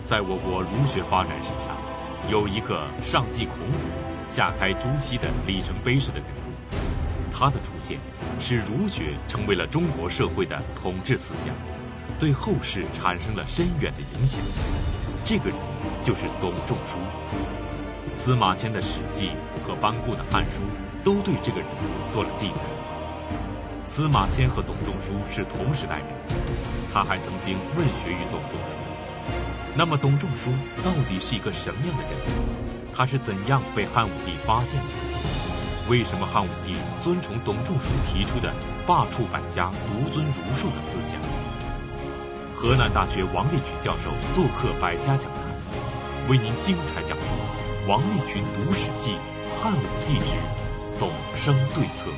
在我国儒学发展史上，有一个上继孔子、下开朱熹的里程碑式的人物。他的出现，使儒学成为了中国社会的统治思想，对后世产生了深远的影响。这个人就是董仲舒。司马迁的《史记》和班固的《汉书》都对这个人物做了记载。司马迁和董仲舒是同时代人，他还曾经问学于董仲舒。那么董仲舒到底是一个什么样的人物？他是怎样被汉武帝发现的？为什么汉武帝尊崇董仲舒提出的罢黜百家、独尊儒术的思想？河南大学王立群教授做客百家讲坛，为您精彩讲述王立群读史记汉武帝之董生对策。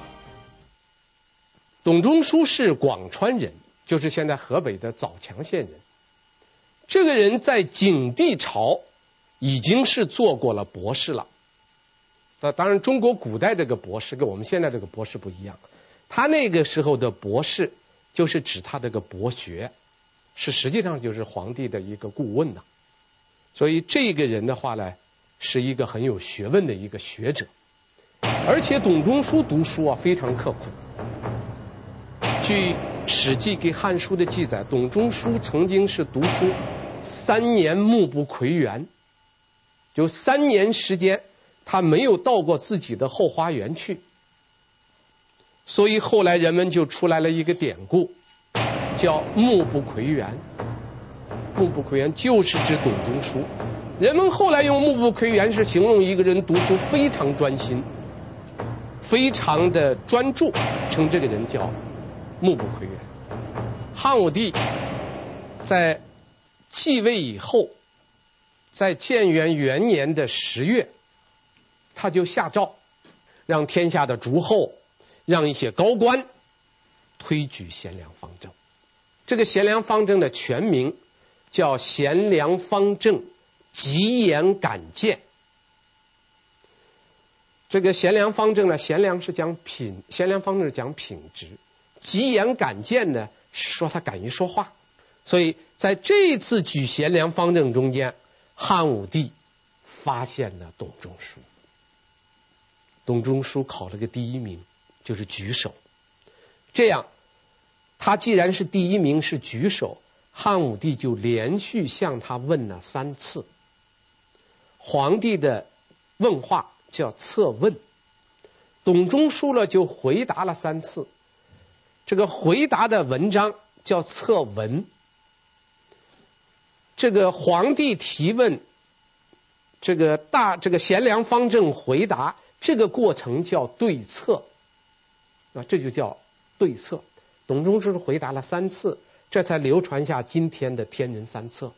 董仲舒是广川人，就是现在河北的枣强县人。这个人在景帝朝已经是做过了博士了。当然中国古代这个博士跟我们现在这个博士不一样，他那个时候的博士就是指他这个博学，是实际上就是皇帝的一个顾问呐。所以这个人的话呢，是一个很有学问的一个学者。而且董仲舒读书啊非常刻苦。据《史记》给《汉书》的记载，董仲舒曾经是读书3年目不窥园，就3年时间他没有到过自己的后花园去。所以后来人们就出来了一个典故，叫目不窥园。目不窥园就是指董仲舒。人们后来用目不窥园是形容一个人读书非常专心，非常的专注，称这个人叫目不窥园。汉武帝在继位以后，在建元元年的10月，他就下诏让天下的诸侯，让一些高官推举贤良方正。这个贤良方正的全名叫贤良方正极言敢谏。这个贤良方正呢，贤良是讲品，贤良方正是讲品质，极言敢谏呢是说他敢于说话。所以在这次举贤良方正中间，汉武帝发现了董仲舒。董仲舒考了个第1名，就是举手。这样他既然是第1名，是举手，汉武帝就连续向他问了3次。皇帝的问话叫策问，董仲舒了就回答了3次，这个回答的文章叫策文。这个皇帝提问，这个贤良方正回答，这个过程叫对策啊，这就叫对策。董仲舒回答了3次，这才流传下今天的天人三策。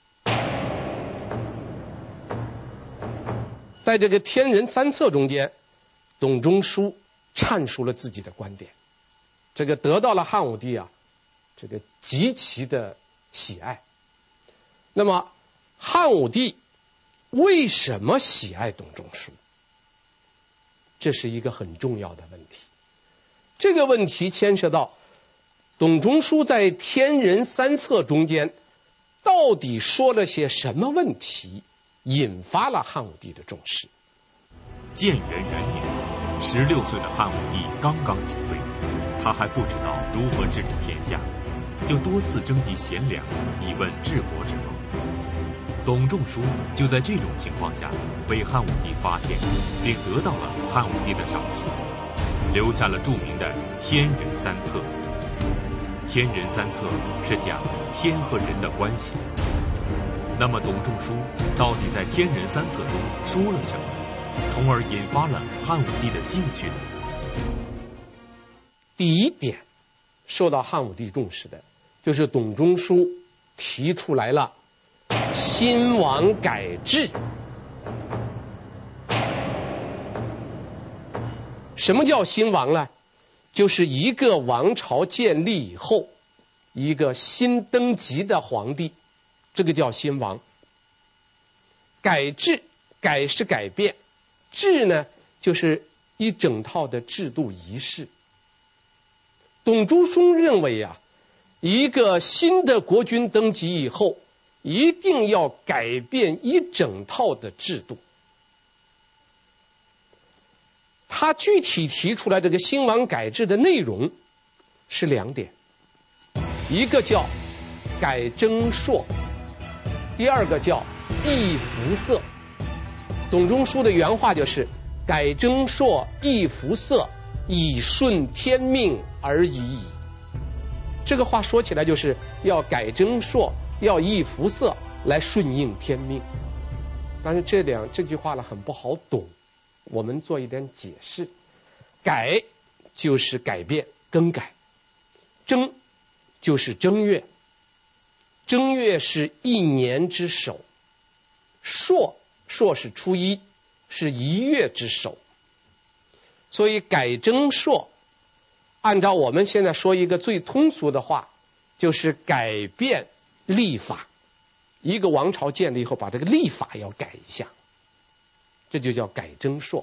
在这个天人三策中间，董仲舒阐述了自己的观点，这个得到了汉武帝啊这个极其的喜爱。那么汉武帝为什么喜爱董仲舒？这是一个很重要的问题。这个问题牵涉到董仲舒在天人三策中间到底说了些什么问题，引发了汉武帝的重视。 建元元年，16岁的汉武帝刚刚即位，他还不知道如何治理天下，就多次征集贤良，以问治国之道。董仲舒就在这种情况下被汉武帝发现，并得到了汉武帝的赏识，留下了著名的天人三策。天人三策是讲天和人的关系。那么董仲舒到底在天人三策中说了什么，从而引发了汉武帝的兴趣呢？ 第一点受到汉武帝重视的，就是董仲舒提出来了兴王改制。什么叫兴王呢？就是一个王朝建立以后，一个新登基的皇帝，这个叫兴王。改制，改是改变，制呢就是一整套的制度仪式。董仲舒认为啊，一个新的国君登基以后， 一定要改变一整套的制度。他具体提出来这个兴亡改制的内容是2点，一个叫改征朔，第二个叫易服色。董仲舒的原话就是改征朔，易服色，以顺天命而已矣。这个话说起来就是要改征朔，要易服色，来顺应天命。但是这句话呢很不好懂，我们做一点解释。改就是改变更改，正就是正月，正月是一年之首，朔是初一，是1月之首。所以改征朔按照我们现在说一个最通俗的话，就是改变历法。一个王朝建立以后，把这个历法要改一下，这就叫改征朔。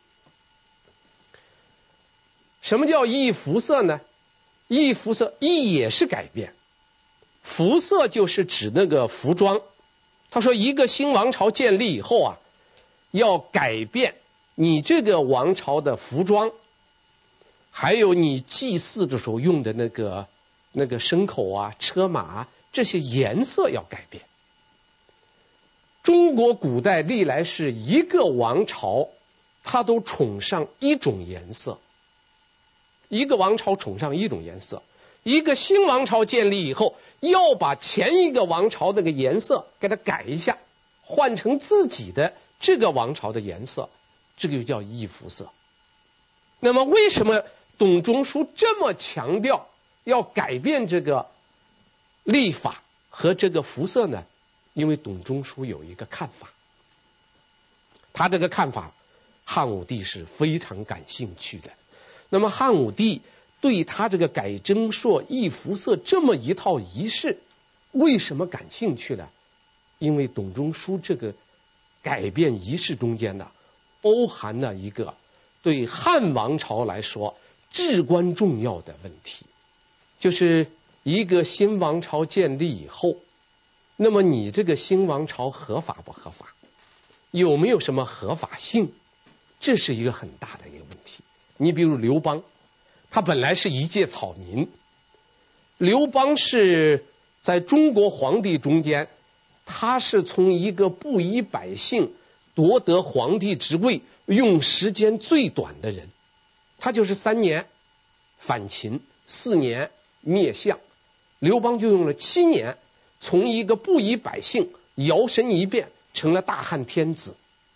什么叫易服色呢？易服色，易也是改变，服色就是指那个服装。他说一个新王朝建立以后啊，要改变你这个王朝的服装，还有你祭祀的时候用的那个牲口啊、车马啊，这些颜色要改变。中国古代历来是一个王朝，它都崇尚一种颜色，一个王朝崇尚一种颜色。一个新王朝建立以后，要把前一个王朝那个颜色给它改一下，换成自己的这个王朝的颜色，这个就叫易服色。那么为什么董仲舒这么强调要改变这个历法和这个服色呢？因为董仲舒有一个看法，他这个看法汉武帝是非常感兴趣的。那么汉武帝对他这个改征朔、易服色这么一套仪式为什么感兴趣呢？因为董仲舒这个改变仪式中间呢，包含了一个对汉王朝来说至关重要的问题，就是一个新王朝建立以后，那么你这个新王朝合法不合法，有没有什么合法性，这是一个很大的一个问题。你比如刘邦，他本来是一介草民，刘邦是在中国皇帝中间，他是从一个布衣百姓夺得皇帝之位用时间最短的人。他就是3年反秦，4年灭项，刘邦就用了7年，从一个布衣百姓摇身一变成了大汉天子。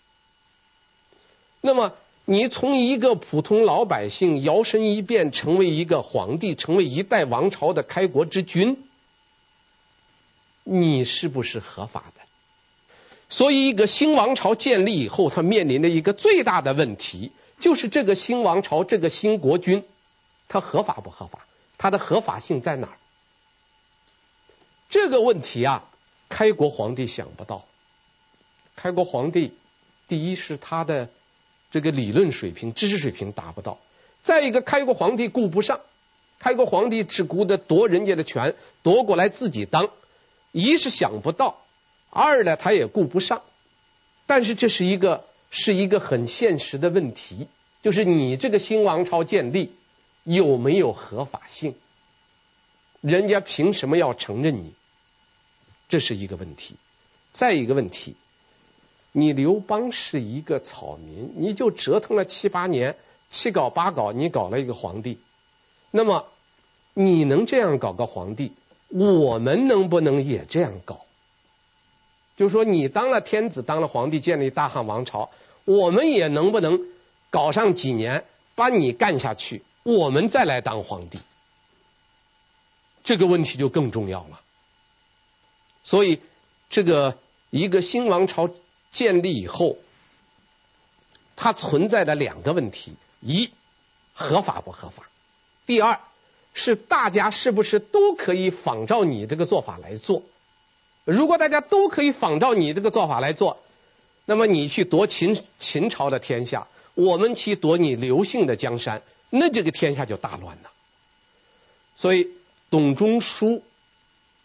那么你从一个普通老百姓摇身一变成为一个皇帝，成为一代王朝的开国之君，你是不是合法的？所以一个新王朝建立以后，他面临的一个最大的问题，就是这个新王朝，这个新国君，他合法不合法？他的合法性在哪儿？这个问题啊，开国皇帝想不到。开国皇帝第一是他的这个理论水平、知识水平达不到，再一个开国皇帝顾不上，开国皇帝只顾着夺人家的权，夺过来自己当，一是想不到，二呢他也顾不上。但是这是一个很现实的问题，就是你这个新王朝建立有没有合法性？人家凭什么要承认你？这是一个问题。再一个问题，你刘邦是一个草民，你就折腾了7、8年，7搞8搞，你搞了一个皇帝。那么你能这样搞个皇帝，我们能不能也这样搞？就是说你当了天子，当了皇帝，建立大汉王朝，我们也能不能搞上几年，把你干下去，我们再来当皇帝？这个问题就更重要了。所以这个一个新王朝建立以后，它存在的2个问题：一，合法不合法；第二，是大家是不是都可以仿照你这个做法来做。如果大家都可以仿照你这个做法来做，那么你去夺秦朝的天下，我们去夺你刘姓的江山，那这个天下就大乱了。所以董仲舒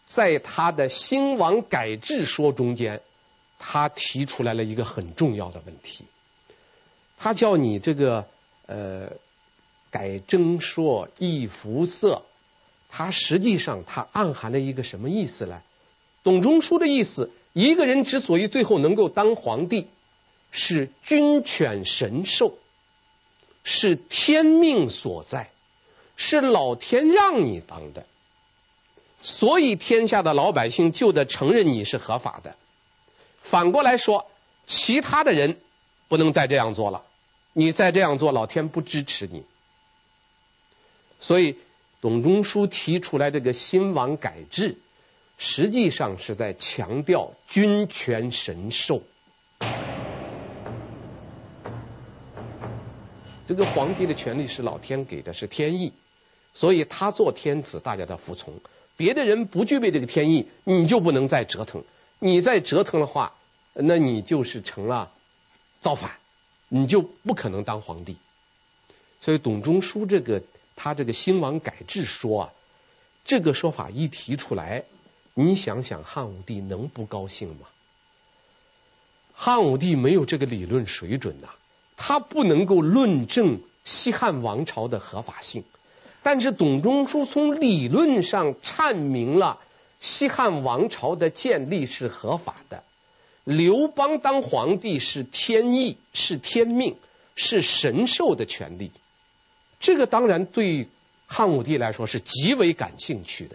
在他的兴亡改制说中间，他提出来了一个很重要的问题，他叫你这个改征说易服色，它实际上它暗含了一个什么意思呢？董仲舒的意思，一个人之所以最后能够当皇帝，是君权神授，是天命所在，是老天让你当的，所以天下的老百姓就得承认你是合法的。反过来说，其他的人不能再这样做了，你再这样做，老天不支持你。所以董仲舒提出来这个兴亡改制，实际上是在强调君权神授。这个皇帝的权力是老天给的，是天意，所以他做天子，大家的服从。别的人不具备这个天意，你就不能再折腾。你再折腾的话，那你就是成了造反，你就不可能当皇帝。所以董仲舒他这个兴亡改制说啊，这个说法一提出来，你想想汉武帝能不高兴吗？汉武帝没有这个理论水准呐，他不能够论证西汉王朝的合法性。但是董仲舒从理论上阐明了西汉王朝的建立是合法的，刘邦当皇帝是天意，是天命，是神授的权利。这个当然对汉武帝来说是极为感兴趣的。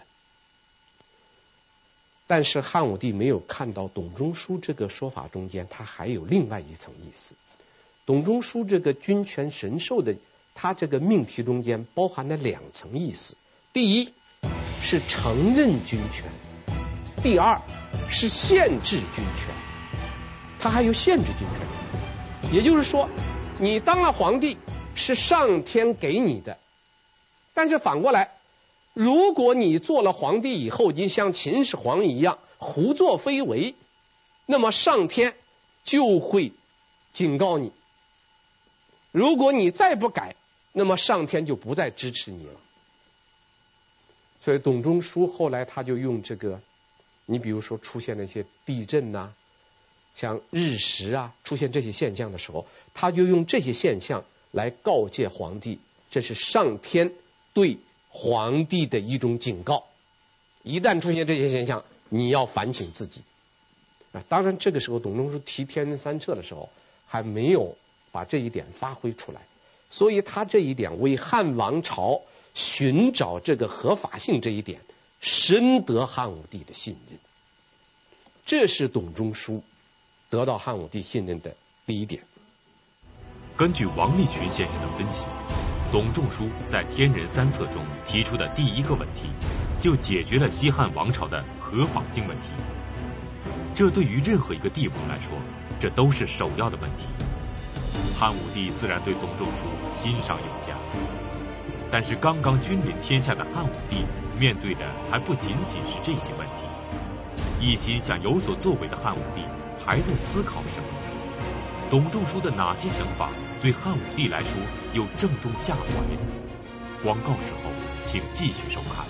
但是汉武帝没有看到董仲舒这个说法中间，他还有另外一层意思。董仲舒这个君权神授的，他这个命题中间包含了两层意思。第一是承认君权，第二是限制君权。他还有限制君权，也就是说你当了皇帝是上天给你的，但是反过来，如果你做了皇帝以后，你像秦始皇一样胡作非为，那么上天就会警告你，如果你再不改，那么上天就不再支持你了。所以董仲舒后来他就用这个，你比如说出现了一些地震啊，像日食啊，出现这些现象的时候，他就用这些现象来告诫皇帝，这是上天对皇帝的一种警告，一旦出现这些现象，你要反省自己。当然这个时候董仲舒提天人三策的时候还没有把这一点发挥出来，所以他这一点为汉王朝寻找这个合法性这一点深得汉武帝的信任。这是董仲舒得到汉武帝信任的第一点。 根据王立群先生的分析，董仲舒在天人三策中提出的第一个问题，就解决了西汉王朝的合法性问题。这对于任何一个帝王来说，这都是首要的问题。汉武帝自然对董仲舒欣赏有加，但是刚刚君临天下的汉武帝面对的还不仅仅是这些问题。一心想有所作为的汉武帝还在思考什么？董仲舒的哪些想法对汉武帝来说有正中下怀呢？广告之后请继续收看。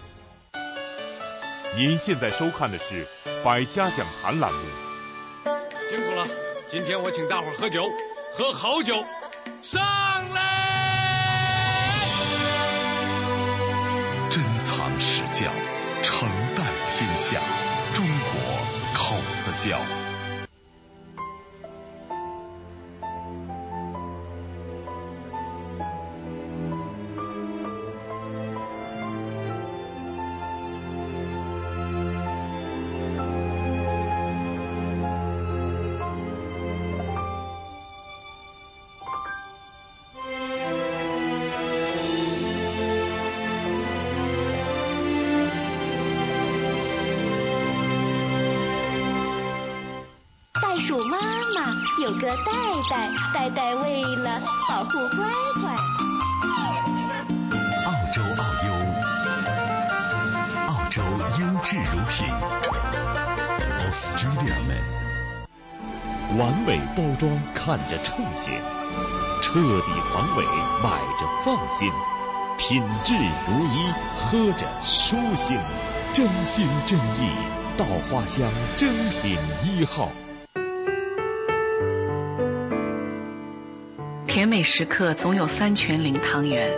您现在收看的是百家讲坛栏目。 辛苦了，今天我请大伙喝酒，喝好酒，上来！ 珍藏史教，承代天下，中国口子窖。 袋鼠妈妈有个袋袋，袋袋为了保护乖乖。 澳洲澳优，澳洲优质乳品 Australia Man， 完美包装看着称显，彻底防伪买着放心，品质如一喝着舒心， 真心真意，稻花香珍品1号。 甜美时刻总有三全灵汤圆。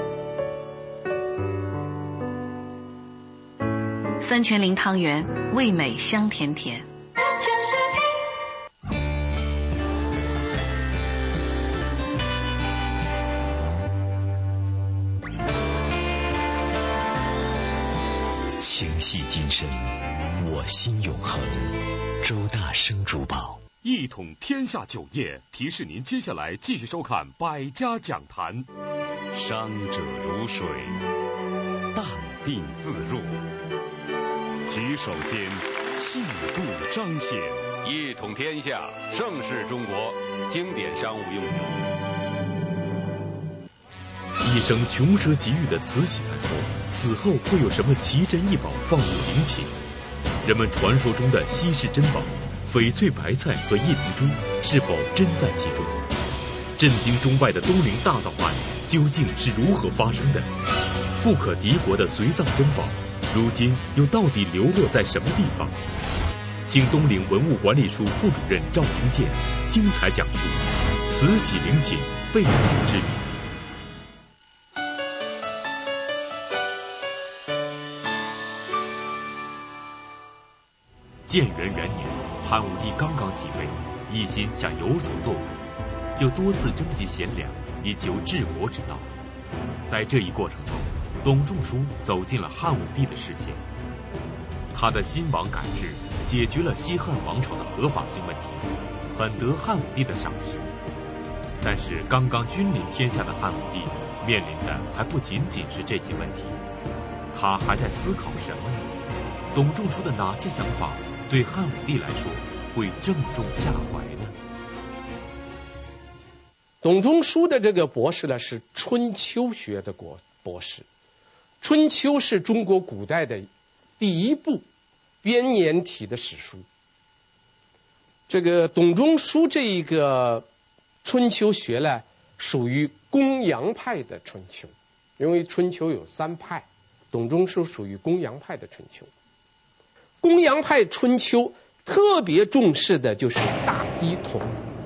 三全灵汤圆，味美香甜甜。 情系今生，我心永恒。周大生珠宝。 一统天下酒业提示您接下来继续收看百家讲坛。 商者如水，淡定自若，举手间气度彰显。 一统天下，盛世中国，经典商务用酒。 一生穷奢极欲的慈禧太后死后会有什么奇珍异宝放入陵寝？人们传说中的稀世珍宝翡翠白菜和夜明珠是否真在其中？震惊中外的东陵大盗案究竟是如何发生的？富可敌国的随葬珍宝如今又到底流落在什么地方？请东陵文物管理处副主任赵英建精彩讲述慈禧陵寝背景之谜。建元元年，汉武帝刚刚即位，一心想有所作为，就多次征集贤良，以求治国之道。在这一过程中，董仲舒走进了汉武帝的视线。他的新王改制解决了西汉王朝的合法性问题，很得汉武帝的赏识。但是刚刚君临天下的汉武帝面临的还不仅仅是这些问题，他还在思考什么呢？董仲舒的哪些想法对汉武帝来说会正中下怀呢？ 董仲舒的这个博士呢，是春秋学的博士。春秋是中国古代的第一部编年体的史书。这个董仲舒这一个春秋学呢，属于公羊派的春秋，因为春秋有3派，董仲舒属于公羊派的春秋。公羊派春秋特别重视的就是大一统。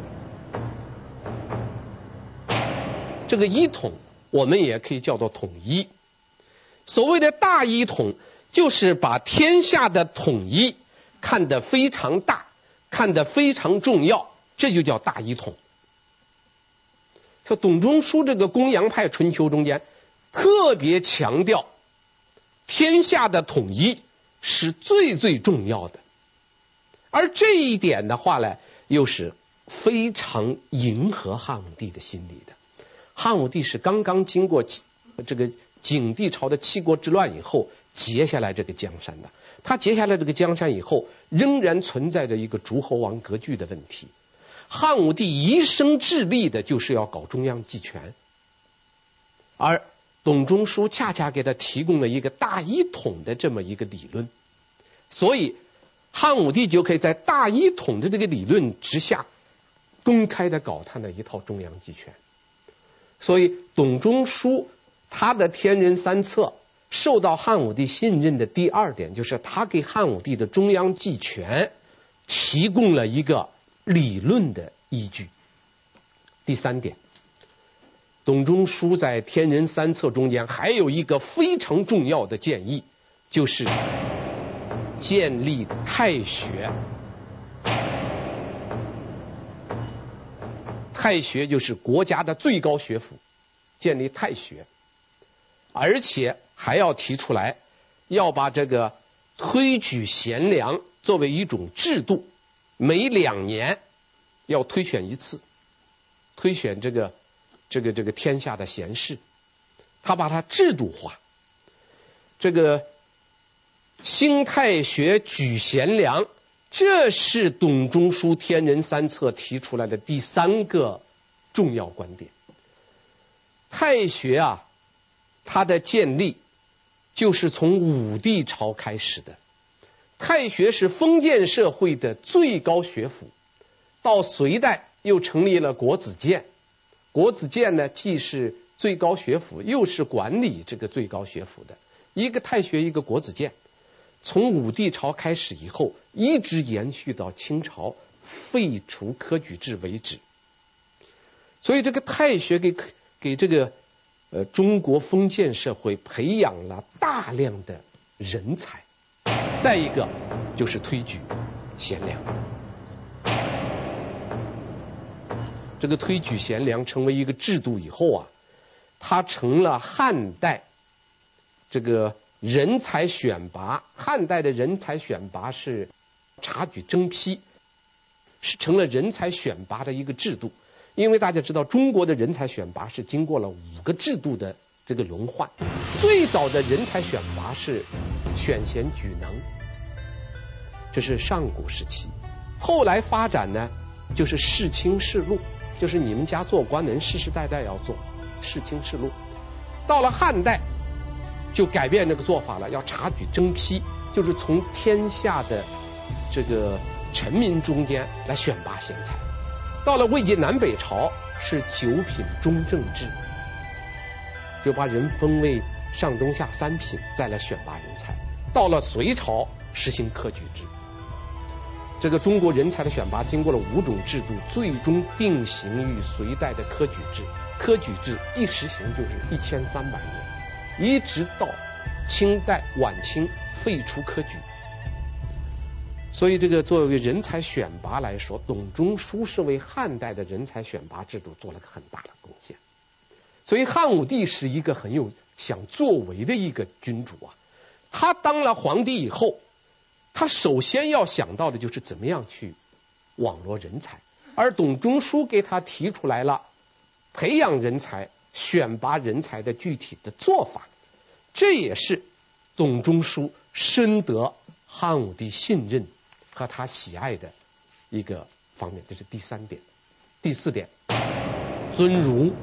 这个一统我们也可以叫做统一。所谓的大一统，就是把天下的统一看得非常大，看得非常重要，这就叫大一统。说董仲舒这个公羊派春秋中间特别强调天下的统一是最最重要的，而这一点的话呢，又是非常迎合汉武帝的心理的。汉武帝是刚刚经过这个景帝朝的七国之乱以后劫下来这个江山的，他劫下来这个江山以后，仍然存在着一个诸侯王割据的问题。汉武帝一生致力的就是要搞中央集权，而董仲舒恰恰给他提供了一个大一统的这么一个理论，所以汉武帝就可以在大一统的这个理论之下公开的搞他那一套中央集权。所以董仲舒他的天人三策受到汉武帝信任的第2点，就是他给汉武帝的中央集权提供了一个理论的依据。第3点，董仲舒在天人三策中间还有一个非常重要的建议，就是建立太学。太学就是国家的最高学府，建立太学，而且还要提出来要把这个推举贤良作为一种制度，每2年要推选一次，推选这个天下的贤士，他把它制度化。这个兴太学举贤良，这是董仲舒天人三策提出来的第3个重要观点。太学啊，它的建立就是从武帝朝开始的。太学是封建社会的最高学府，到隋代又成立了国子监。国子监呢，既是最高学府，又是管理这个最高学府的，一个太学，一个国子监。 从武帝朝开始以后，一直延续到清朝废除科举制为止。所以这个太学给这个中国封建社会培养了大量的人才。再一个就是推举贤良，这个推举贤良成为一个制度以后啊，它成了汉代这个人才选拔。汉代的人才选拔是察举征批，是成了人才选拔的一个制度。因为大家知道，中国的人才选拔是经过了5个制度的这个轮换。最早的人才选拔是选贤举能，这是上古时期。后来发展呢，就是世卿世禄，就是你们家做官的人世世代代要做世卿世禄。到了汉代就改变这个做法了，要察举征批，就是从天下的这个臣民中间来选拔贤才。到了魏晋南北朝是9品中正制，就把人分为上中下3品，再来选拔人才。到了隋朝实行科举制。这个中国人才的选拔经过了5种制度，最终定型于隋代的科举制。科举制一实行就是1300年，一直到清代晚清废除科举。所以这个作为人才选拔来说，董仲舒是为汉代的人才选拔制度做了个很大的贡献。所以汉武帝是一个很有想作为的一个君主啊。他当了皇帝以后，他首先要想到的就是怎么样去网罗人才，而董仲舒给他提出来了培养人才、选拔人才的具体的做法。这也是董仲舒深得汉武帝信任和他喜爱的一个方面。这是第3点。第4点，尊儒。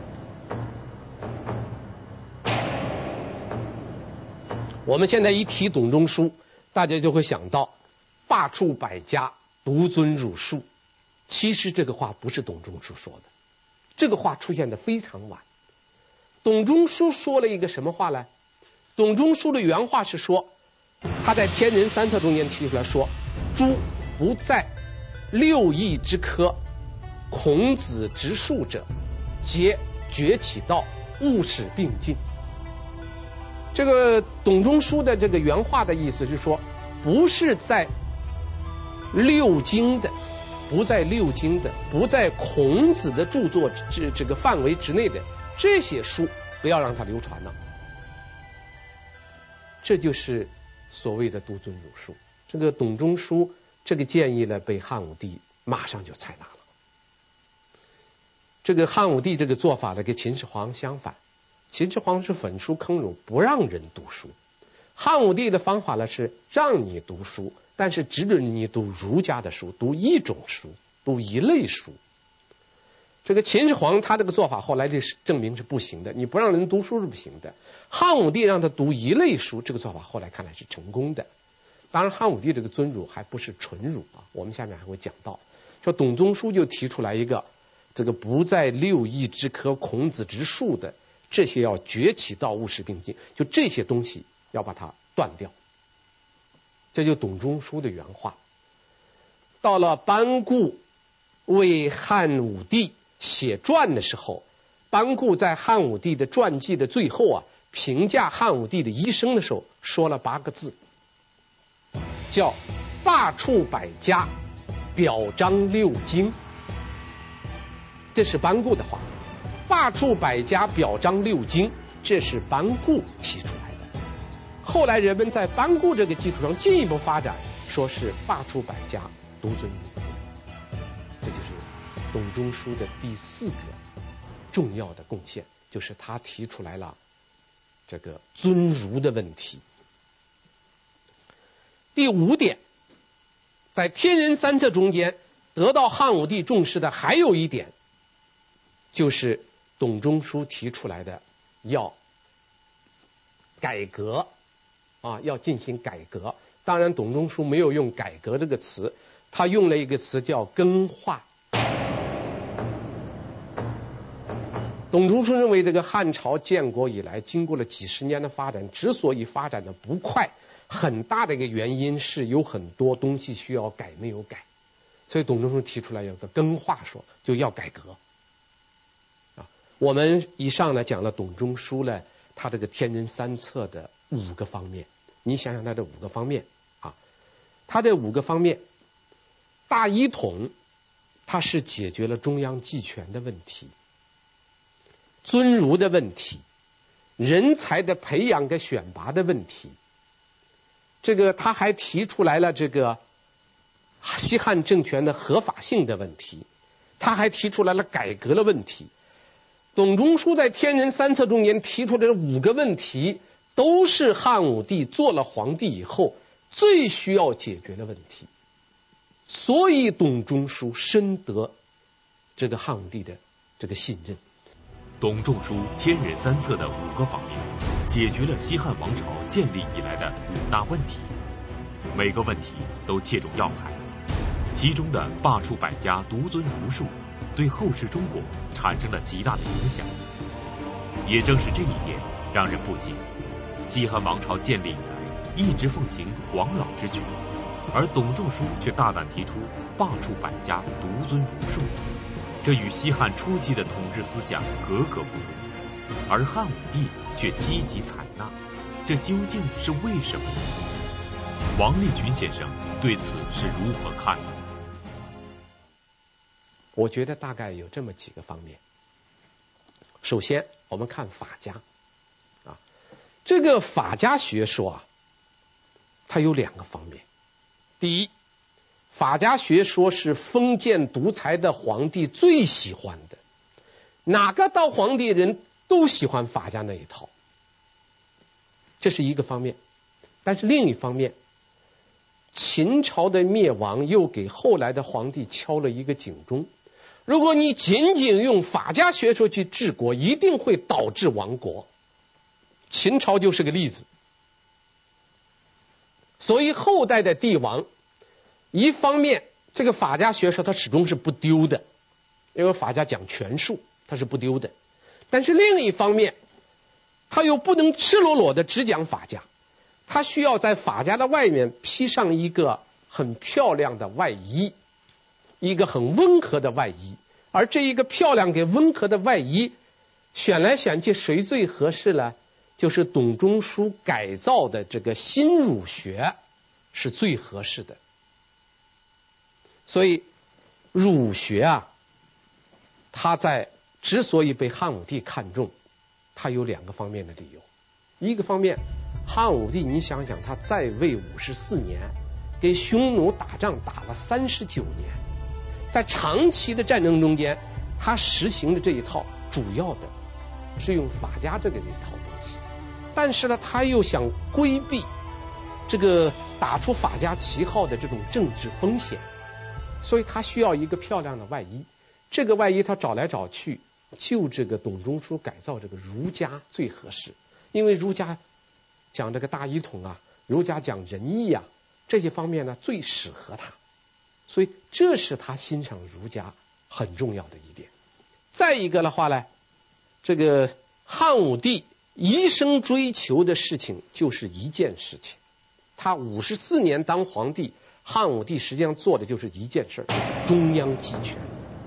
我们现在一提董仲舒，大家就会想到罢黜百家，独尊儒术。其实这个话不是董仲舒说的，这个话出现的非常晚。董仲舒说了一个什么话呢？董仲舒的原话是说，他在《天人三策》中间提出来说，诸不在6艺之科，孔子之术者，皆崛起道，务使并进。这个董仲舒的这个原话的意思是说，不是在6经的，不在孔子的著作这个范围之内的这些书，不要让它流传了。这就是所谓的独尊儒术。这个董仲舒这个建议呢，被汉武帝马上就采纳了。这个汉武帝这个做法呢，跟秦始皇相反。秦始皇是焚书坑儒，不让人读书。汉武帝的方法呢，是让你读书，但是只准你读儒家的书，读一种书，读一类书。这个秦始皇他这个做法后来就证明是不行的，你不让人读书是不行的。汉武帝让他读一类书，这个做法后来看来是成功的。当然汉武帝这个尊儒还不是纯儒啊，我们下面还会讲到。说董仲舒就提出来一个，这个不在6艺之科，孔子之术的这些要崛起道，务使并进，就这些东西要把它断掉。这就董仲舒的原话。到了班固为汉武帝写传的时候，班固在汉武帝的传记的最后啊，评价汉武帝的一生的时候，说了8个字，叫罢黜百家，表彰6经。这是班固的话。罢黜百家，表彰6经，这是班固提出来的。后来人们在班固这个基础上进一步发展，说是罢黜百家，独尊儒术。这就是董仲舒的第4个重要的贡献，就是他提出来了这个尊儒的问题。第5点，在天人三策中间得到汉武帝重视的还有一点，就是董仲舒提出来的要改革啊，要进行改革。当然董仲舒没有用改革这个词，他用了一个词叫更化。董仲舒认为这个汉朝建国以来，经过了几十年的发展，之所以发展的不快， 很大的一个原因是有很多东西需要改没有改，所以董仲舒提出来有个更化说，就要改革。我们以上呢讲了董仲舒呢，他这个天人三策的5个方面。你想想他这5个方面啊，他这5个方面，大一统，它是解决了中央集权的问题，尊儒的问题，人才的培养跟选拔的问题。这个他还提出来了这个西汉政权的合法性的问题，他还提出来了改革的问题。董仲舒在天人三策中间提出的这5个问题，都是汉武帝做了皇帝以后最需要解决的问题，所以董仲舒深得这个汉武帝的这个信任。 董仲舒天人三策的5个方面，解决了西汉王朝建立以来的5大问题，每个问题都切中要害。其中的罢黜百家，独尊儒术，对后世中国产生了极大的影响。也正是这一点让人不解，西汉王朝建立以来一直奉行黄老之举，而董仲舒却大胆提出罢黜百家，独尊儒术，这与西汉初期的统治思想格格不入，而汉武帝却积极采纳，这究竟是为什么呢？王立群先生对此是如何看的？ 我觉得大概有这么几个方面。首先我们看法家啊，这个法家学说啊，它有2个方面。第一，法家学说是封建独裁的皇帝最喜欢的，哪个当皇帝人都喜欢法家那一套，这是一个方面。但是另一方面，秦朝的灭亡又给后来的皇帝敲了一个警钟，如果你仅仅用法家学说去治国，一定会导致亡国。秦朝就是个例子。所以后代的帝王，一方面这个法家学说它始终是不丢的，因为法家讲权术，它是不丢的。但是另一方面，他又不能赤裸裸的只讲法家，他需要在法家的外面披上一个很漂亮的外衣，一个很温和的外衣。而这一个漂亮给温和的外衣，选来选去谁最合适呢？就是董仲舒改造的这个新儒学是最合适的。所以儒学啊，它之所以被汉武帝看重，它有2个方面的理由。一个方面，汉武帝你想想，他在位54年，给匈奴打仗打了39年，在长期的战争中间，他实行的这一套主要的是用法家这一套东西，但是呢，他又想规避这个打出法家旗号的这种政治风险，所以他需要一个漂亮的外衣。这个外衣他找来找去，就这个董仲舒改造这个儒家最合适，因为儒家讲这个大一统啊，儒家讲仁义啊，这些方面呢最适合他，所以这是他欣赏儒家很重要的一点。再一个的话呢，这个汉武帝一生追求的事情就是一件事情，他54年当皇帝，汉武帝实际上做的就是一件事，就是中央集权。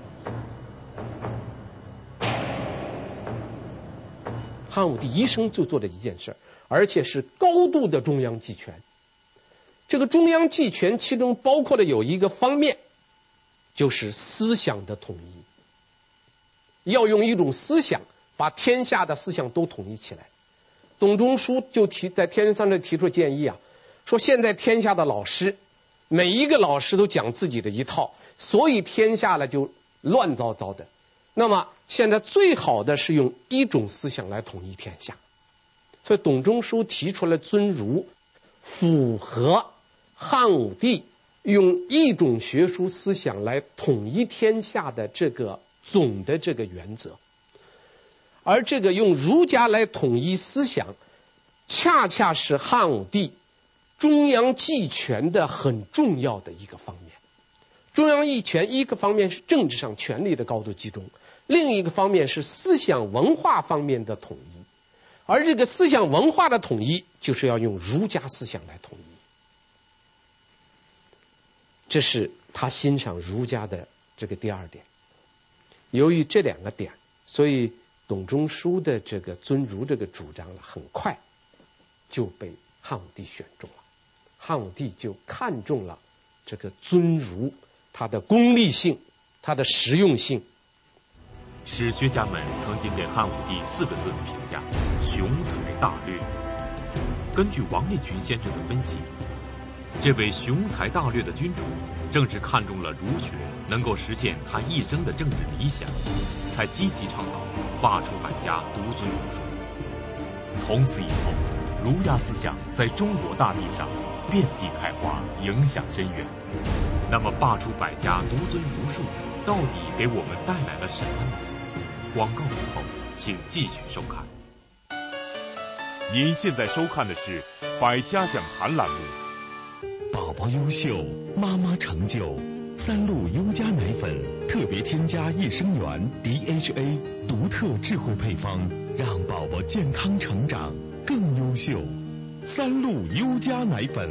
汉武帝一生就做的一件事，而且是高度的中央集权。这个中央集权其中包括的有一个方面，就是思想的统一，要用一种思想把天下的思想都统一起来。董仲舒就在天人三策提出建议啊，说现在天下的老师每一个老师都讲自己的一套，所以天下了就乱糟糟的。那么现在最好的是用一种思想来统一天下，所以董仲舒提出了尊儒，符合汉武帝用一种学术思想来统一天下的这个总的这个原则。而这个用儒家来统一思想，恰恰是汉武帝中央集权的很重要的一个方面。中央集权一个方面是政治上权力的高度集中，另一个方面是思想文化方面的统一。 而这个思想文化的统一，就是要用儒家思想来统一。这是他欣赏儒家的这个第二点。由于这两个点，所以董仲舒的这个尊儒这个主张很快就被汉武帝选中了。汉武帝就看中了这个尊儒，它的功利性，它的实用性。 史学家们曾经给汉武帝4个字的评价：雄才大略。根据王立群先生的分析，这位雄才大略的君主正是看中了儒学能够实现他一生的政治理想，才积极倡导罢黜百家，独尊儒术。从此以后，儒家思想在中国大地上遍地开花，影响深远。那么罢黜百家，独尊儒术到底给我们带来了什么呢？广告之后请继续收看。 您现在收看的是百家讲坛栏目。 宝宝优秀，妈妈成就。3鹿优佳奶粉特别添加益生元 DHA 独特智慧配方，让宝宝健康成长更优秀。3鹿优佳奶粉。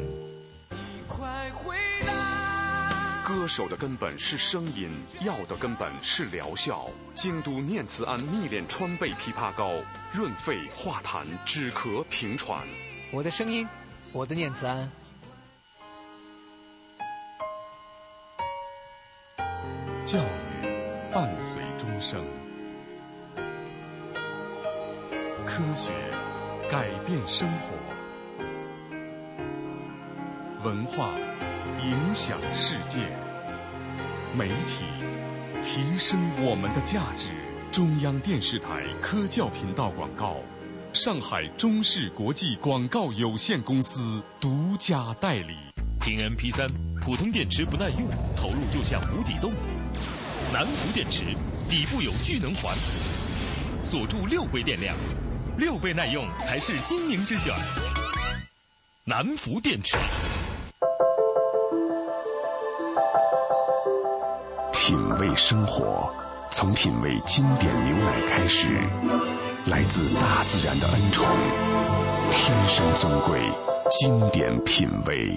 歌手的根本是声音，药的根本是疗效。京都念慈庵蜜炼川贝枇杷膏，润肺化痰，止咳平喘。 我的声音，我的念慈庵。 教育伴随终生，科学改变生活，文化影响世界，媒体提升我们的价值。中央电视台科教频道广告，上海中视国际广告有限公司独家代理。 听 MP3， 普通电池不耐用，投入就像无底洞。南孚电池底部有聚能环，锁住6倍电量，6倍耐用才是精明之选。南孚电池。 品味生活，从品味经典牛奶开始，来自大自然的恩宠，天生尊贵，经典品味。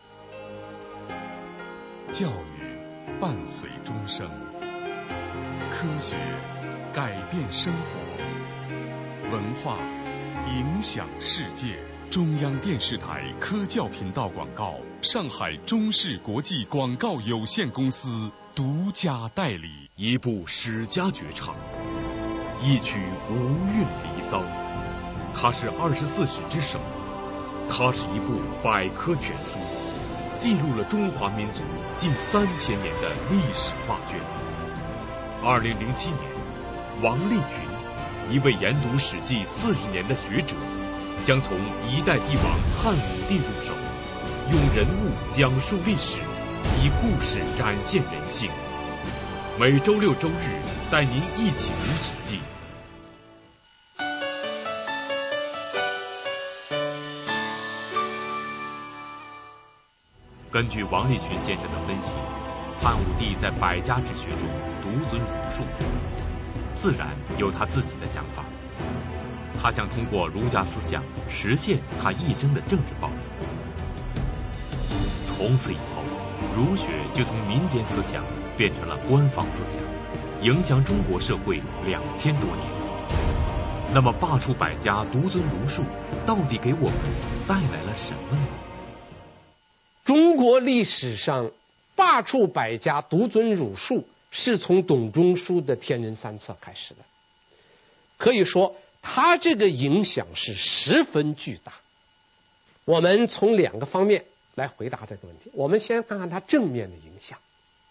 教育伴随终生，科学改变生活，文化影响世界。中央电视台科教频道广告，上海中视国际广告有限公司独家代理。 一部史家绝唱，一曲无韵离骚，它是24史之首，它是一部百科全书，记录了中华民族近3000年的历史画卷。2007年，王立群，一位研读史记40年的学者，将从一代帝王汉武帝入手，用人物讲述历史，以故事展现人性。每周6周日带您一起读史记。根据王立群先生的分析，汉武帝在百家之学中独尊儒术，自然有他自己的想法。他想通过儒家思想实现他一生的政治抱负。从此以后，儒学就从民间思想变成了官方思想，影响中国社会2000多年。那么罢黜百家，独尊儒术到底给我们带来了什么呢？ 中国历史上罢黜百家，独尊儒术是从董仲舒的《天人三策》开始的，可以说他这个影响是十分巨大。我们从2个方面来回答这个问题。我们先看看他正面的影响。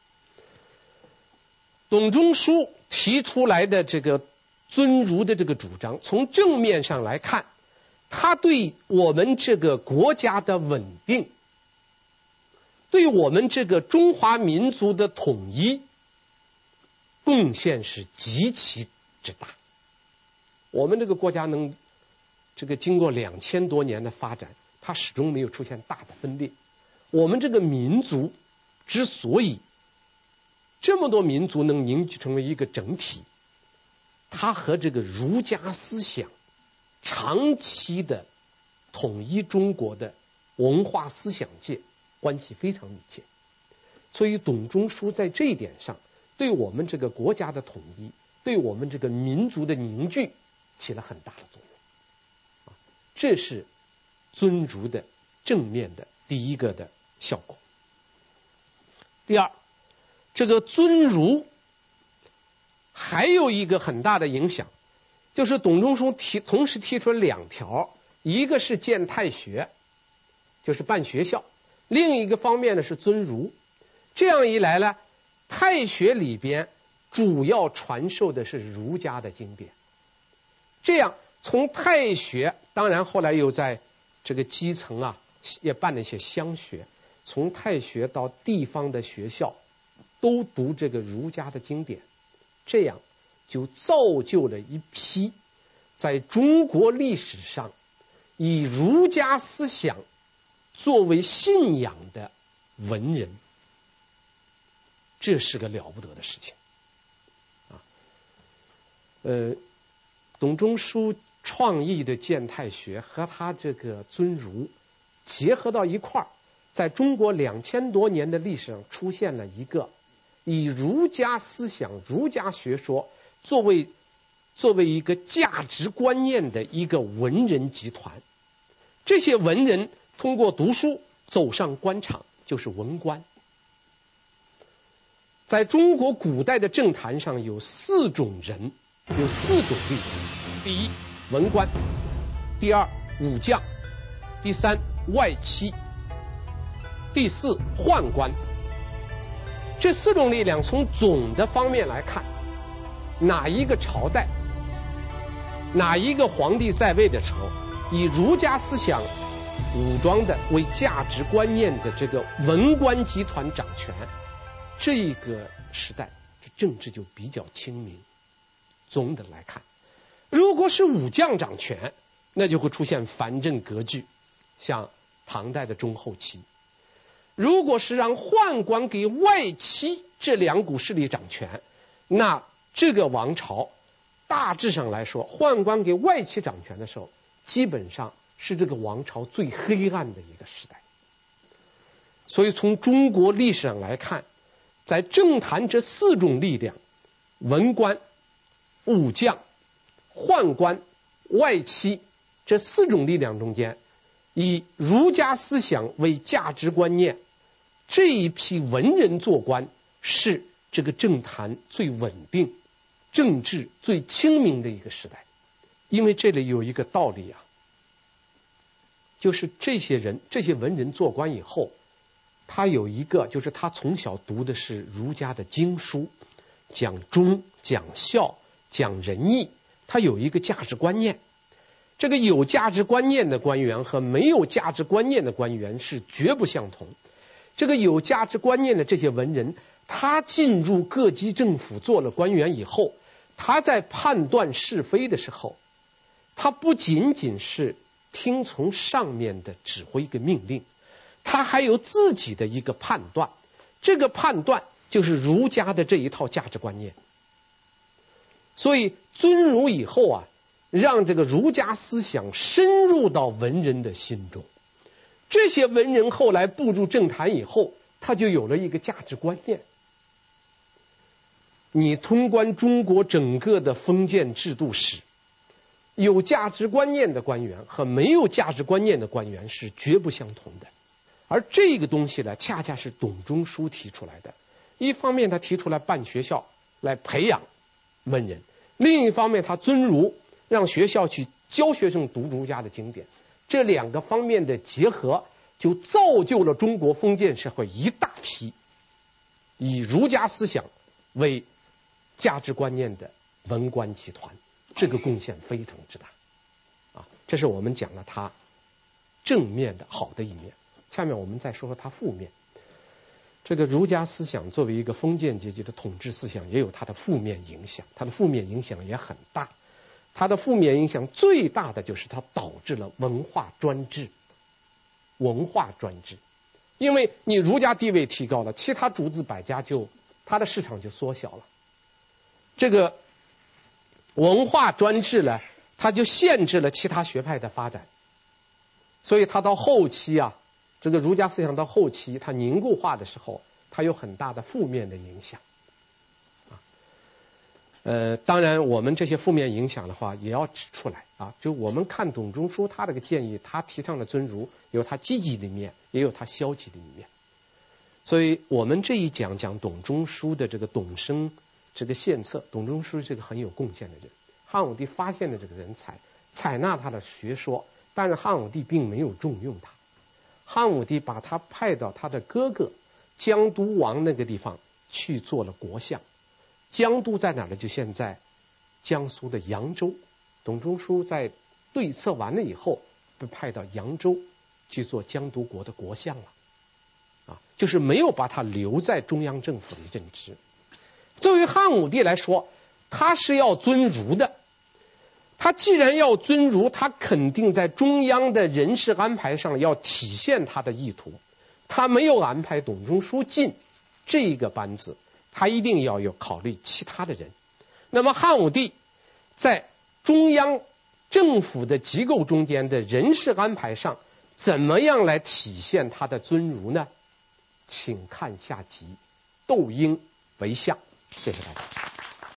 董仲舒提出来的这个尊儒的这个主张，从正面上来看，他对我们这个国家的稳定，对我们这个中华民族的统一贡献是极其之大。我们这个国家能经过2000多年的发展，它始终没有出现大的分裂。我们这个民族之所以这么多民族能凝聚成为一个整体，它和这个儒家思想长期的统一中国的文化思想界关系非常密切。所以董仲舒在这一点上对我们这个国家的统一，对我们这个民族的凝聚起了很大的作用。这是尊儒的正面的第一个的效果。第二，这个尊儒还有一个很大的影响，就是董仲舒同时提出了2条，一个是建太学，就是办学校，另一个方面呢是尊儒。这样一来呢，太学里边主要传授的是儒家的经典。这样从太学，当然后来又在这个基层啊也办了一些乡学，从太学到地方的学校都读这个儒家的经典，这样就造就了一批在中国历史上以儒家思想作为信仰的文人。这是个了不得的事情董仲舒创意的建太学和他这个尊儒结合到一块儿，在中国2000多年的历史上出现了一个以儒家思想、儒家学说作为一个价值观念的一个文人集团。这些文人通过读书走上官场，就是文官。在中国古代的政坛上有4种人，有4种力量。第一，文官；第二，武将；第三，外戚；第四，宦官。这4种力量从总的方面来看，哪一个朝代，哪一个皇帝在位的时候，以儒家思想武装的为价值观念的这个文官集团掌权，这个时代这政治就比较清明。总的来看，如果是武将掌权，那就会出现藩镇割据，像唐代的中后期。如果是让宦官给外戚这2股势力掌权，那这个王朝大致上来说，宦官给外戚掌权的时候，基本上是这个王朝最黑暗的一个时代。所以从中国历史上来看，在政坛这4种力量，文官、武将、宦官、外戚这4种力量中间，以儒家思想为价值观念，这一批文人做官是这个政坛最稳定、政治最清明的一个时代。因为这里有一个道理啊，就是这些文人做官以后，他有一个，就是他从小读的是儒家的经书，讲忠、讲孝、讲仁义，他有一个价值观念。这个有价值观念的官员和没有价值观念的官员是绝不相同。这个有价值观念的这些文人，他进入各级政府做了官员以后，他在判断是非的时候，他不仅仅是听从上面的指挥跟命令，他还有自己的一个判断，这个判断就是儒家的这一套价值观念。所以尊儒以后啊，让这个儒家思想深入到文人的心中。这些文人后来步入政坛以后，他就有了一个价值观念。你通观中国整个的封建制度史，有价值观念的官员和没有价值观念的官员是绝不相同的。而这个东西呢，恰恰是董仲舒提出来的。一方面他提出来办学校来培养文人，另一方面他尊儒，让学校去教学生读儒家的经典。这2个方面的结合，就造就了中国封建社会一大批以儒家思想为价值观念的文官集团，这个贡献非常之大这是我们讲了他正面的好的一面。下面我们再说说他负面。这个儒家思想作为一个封建阶级的统治思想，也有它的负面影响，它的负面影响也很大。它的负面影响最大的就是它导致了文化专制。文化专制，因为你儒家地位提高了，其他诸子百家它的市场就缩小了。这个文化专制呢， 他就限制了其他学派的发展。所以他到后期啊，这个儒家思想到后期它凝固化的时候，它有很大的负面的影响。当然我们这些负面影响的话也要指出来啊。就我们看董仲舒他这个建议，他提倡的尊儒有他积极的一面，也有他消极的一面。所以我们这一讲董仲舒的这个董生这个献策，董仲舒是这个很有贡献的人。汉武帝发现了这个人才，采纳他的学说，但是汉武帝并没有重用他。汉武帝把他派到他的哥哥江都王那个地方去做了国相。江都在哪呢？就现在江苏的扬州。董仲舒在对策完了以后，被派到扬州去做江都国的国相了。就是没有把他留在中央政府的任职。作为汉武帝来说，他是要尊儒的。他既然要尊儒，他肯定在中央的人事安排上要体现他的意图。他没有安排董仲舒进这个班子，他一定要有考虑其他的人。那么汉武帝在中央政府的机构中间的人事安排上，怎么样来体现他的尊儒呢？请看下集，窦婴为相。谢谢大家。